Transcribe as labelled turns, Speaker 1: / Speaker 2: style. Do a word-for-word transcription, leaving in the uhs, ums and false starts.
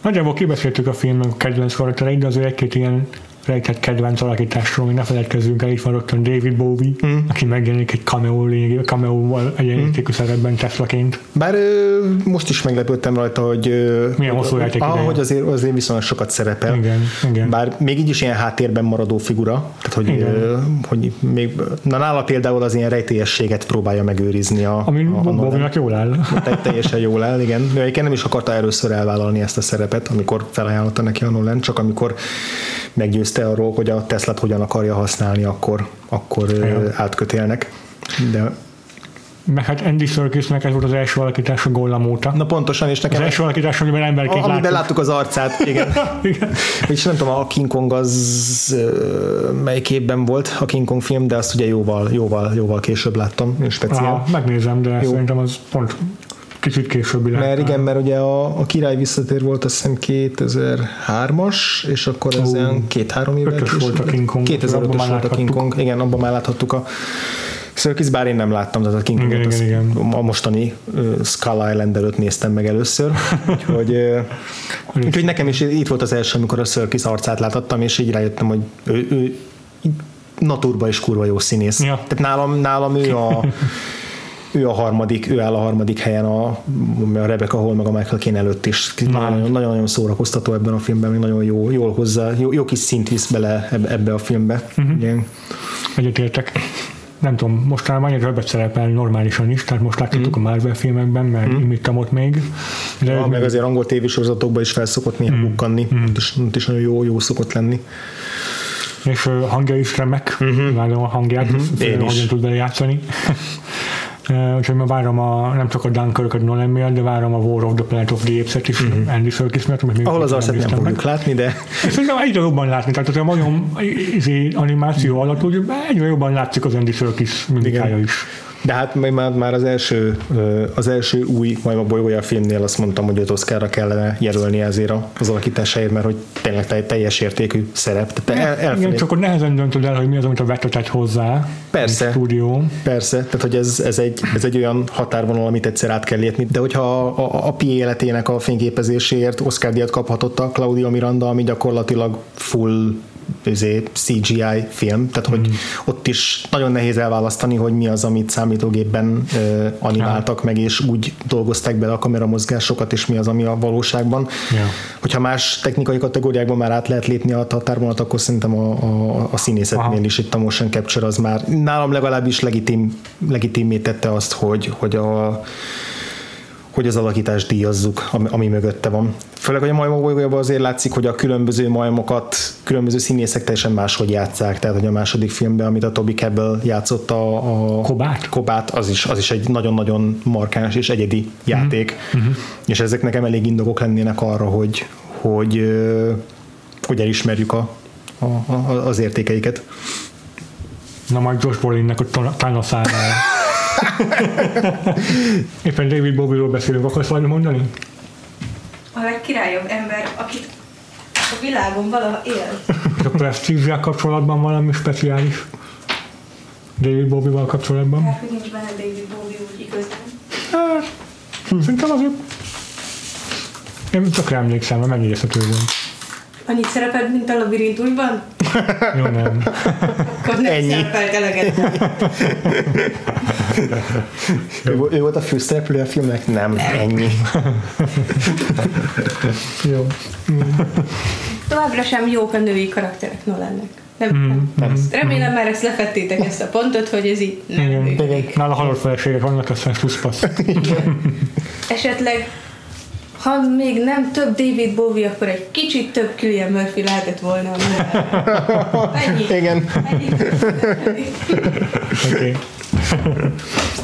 Speaker 1: Nagyjából kibeszéltük a film a kedvenc karaktereit, de azért egy-két ilyen rejtett kedvenc alakításról, hogy ne feledkezzünk el, itt van rögtön David Bowie, mm. aki megjelenik egy cameo lényeg, cameo-val egyenlítékű mm. szerepben Teslaként.
Speaker 2: Bár ö, most is meglepődtem rajta, hogy
Speaker 1: milyen hosszú játék
Speaker 2: ah, hogy azért, azért viszonylag sokat szerepel.
Speaker 1: Igen, igen.
Speaker 2: Bár még így is ilyen háttérben maradó figura, tehát hogy, ö, hogy még, na nála például az ilyen rejtélyességet próbálja megőrizni a...
Speaker 1: Ami Bowie-nak jól áll.
Speaker 2: Te, teljesen jól áll, igen. Ő egyébként nem is akarta először elvállalni ezt a szerepet, amikor felajánlotta neki a Nolan, csak amikor meggyőzte arról, hogy a Teslát hogyan akarja használni, akkor, akkor átkötélnek. De
Speaker 1: meg hát Andy Serkisnek ez volt az első alakítás a Gollum óta.
Speaker 2: Na pontosan, és nekem...
Speaker 1: Az első alakítás, amiben emberként láttuk.
Speaker 2: Amiben láttuk az arcát, igen. igen. És nem tudom, a King Kong az mely képben volt a King Kong film, de azt ugye jóval, jóval, jóval később láttam, speciál.
Speaker 1: Aha, megnézem, de jó. Szerintem az pont kicsit későbbi lett.
Speaker 2: Mert igen, mert ugye a, a Király visszatér volt azt hiszem kétezer-hármas, és akkor ez ilyen két-három évvel
Speaker 1: később. volt a King Kong.
Speaker 2: kétezer-ötös volt a King Kong. Igen, abban már láthattuk a Serkis, bár én nem láttam, tehát a King Kongot igen, igen, igen. a mostani uh, Skull Island előtt néztem meg először. Úgyhogy, uh, úgyhogy nekem is itt volt az első, amikor a Serkis arcát láthattam, és így rájöttem, hogy ő, ő naturba is kurva jó színész. Ja. Tehát nálam, nálam ő a ő a harmadik, ő áll a harmadik helyen a, a Rebecca Hall meg a Michael Caine előtt is. Nagyon-nagyon szórakoztató ebben a filmben, még nagyon jó, jól hozzá, jó, jó kis szint visz bele ebbe a filmbe. Uh-huh.
Speaker 1: Egyetértek. Nem tudom, mostanában annyira többet szerepel normálisan is, tehát most láthatjuk mm. a Marvel filmekben, mert mm. imittam ott még.
Speaker 2: De ja, meg azért angol tévésorozatokban is felszokott néha mm. bukkanni, mm. ott, is, ott is nagyon jó, jó szokott lenni.
Speaker 1: És uh, hangja is remek, mm-hmm. imádom a hangját, mm-hmm. hogyan tud bele játszani. Uh, úgyhogy ma várom a, nem csak a Dunkirk-et Nolan miatt, de várom a War of the Planet of the Apes-et is, mm-hmm. Andy Serkis miatt.
Speaker 2: Ahol az arcát nem fogjuk látni, de...
Speaker 1: Szerintem egyre jobban látni, tehát a majom animáció alatt úgy egyre jobban látszik az Andy Serkis mimikája is.
Speaker 2: De hát már, már az első az első új Majmok bolygója filmnél azt mondtam, hogy öt Oscarra kellene jelölni ezért az alakításáért, mert hogy tényleg teljes értékű szerep.
Speaker 1: El, el, igen, csak hogy nehezen döntöd el, hogy mi az, amit a vetetett hozzá.
Speaker 2: Persze.
Speaker 1: Stúdió.
Speaker 2: Persze, tehát hogy ez, ez, egy, ez egy olyan határvonal, amit egyszer át kell lépni. De hogyha a, a, a Pi életének a fényképezéséért Oscar-díjat kaphatott a Claudia Miranda, ami gyakorlatilag full cé gé i film, tehát hogy mm. ott is nagyon nehéz elválasztani, hogy mi az, amit számítógépben uh, animáltak ja. meg, és úgy dolgozták bele a kameramozgásokat, és mi az, ami a valóságban. Ja. Hogyha más technikai kategóriákban már át lehet lépni a határvonalat, akkor szerintem a, a, a színészetnél Aha. is itt a motion capture az már nálam legalábbis legitim, legitimé tette azt, hogy, hogy a hogy az alakítást díjazzuk, ami, ami mögötte van. Főleg, hogy a Majmok bolygójában azért látszik, hogy a különböző majmokat, különböző színészek teljesen máshogy játsszák, tehát hogy a második filmben, amit a Toby Kebbell játszott a, a
Speaker 1: Kobát,
Speaker 2: Kobát az, is, az is egy nagyon-nagyon markáns és egyedi mm-hmm. játék, mm-hmm. és ezek nekem elég indokok lennének arra, hogy, hogy, hogy elismerjük a, a, a, az értékeiket.
Speaker 1: Na majd Josh Brolinnek a Thanos-ánál. Éppen David Bowie-ról beszélünk, akarsz valami mondani?
Speaker 3: A legkirályabb ember, akit a világon valaha él.
Speaker 1: A Prestige-vel kapcsolatban valami speciális? David Bowie-val kapcsolatban?
Speaker 3: Hát, hogy nincs benne David Bowie úgy igazán.
Speaker 1: Hát, szerintem azért... Én csak rá emlékszem, mert megnézhető volt.
Speaker 3: Annyit szerepelt, mint a Labirintusban?
Speaker 1: Jó, nem.
Speaker 3: Akkor nem Ennyi. szerepelt eleget.
Speaker 2: ő, ő volt a főszereplő a filmnek? Nem, nem. Ennyi.
Speaker 1: Jó.
Speaker 3: Továbbra sem jók a női karakterek Nolannek. Nem, mm, nem. Mm, Remélem mm. már ezt lefettétek ezt a pontot, hogy ez így nem működik.
Speaker 1: Nála halott feleségek vannak, aztán plusz-passz. Esetleg
Speaker 3: ha még nem több David Bowie, akkor egy kicsit több Cillian Murphy lehetett volna. Ennyi.
Speaker 2: Igen.
Speaker 3: Ennyi.
Speaker 1: Oké.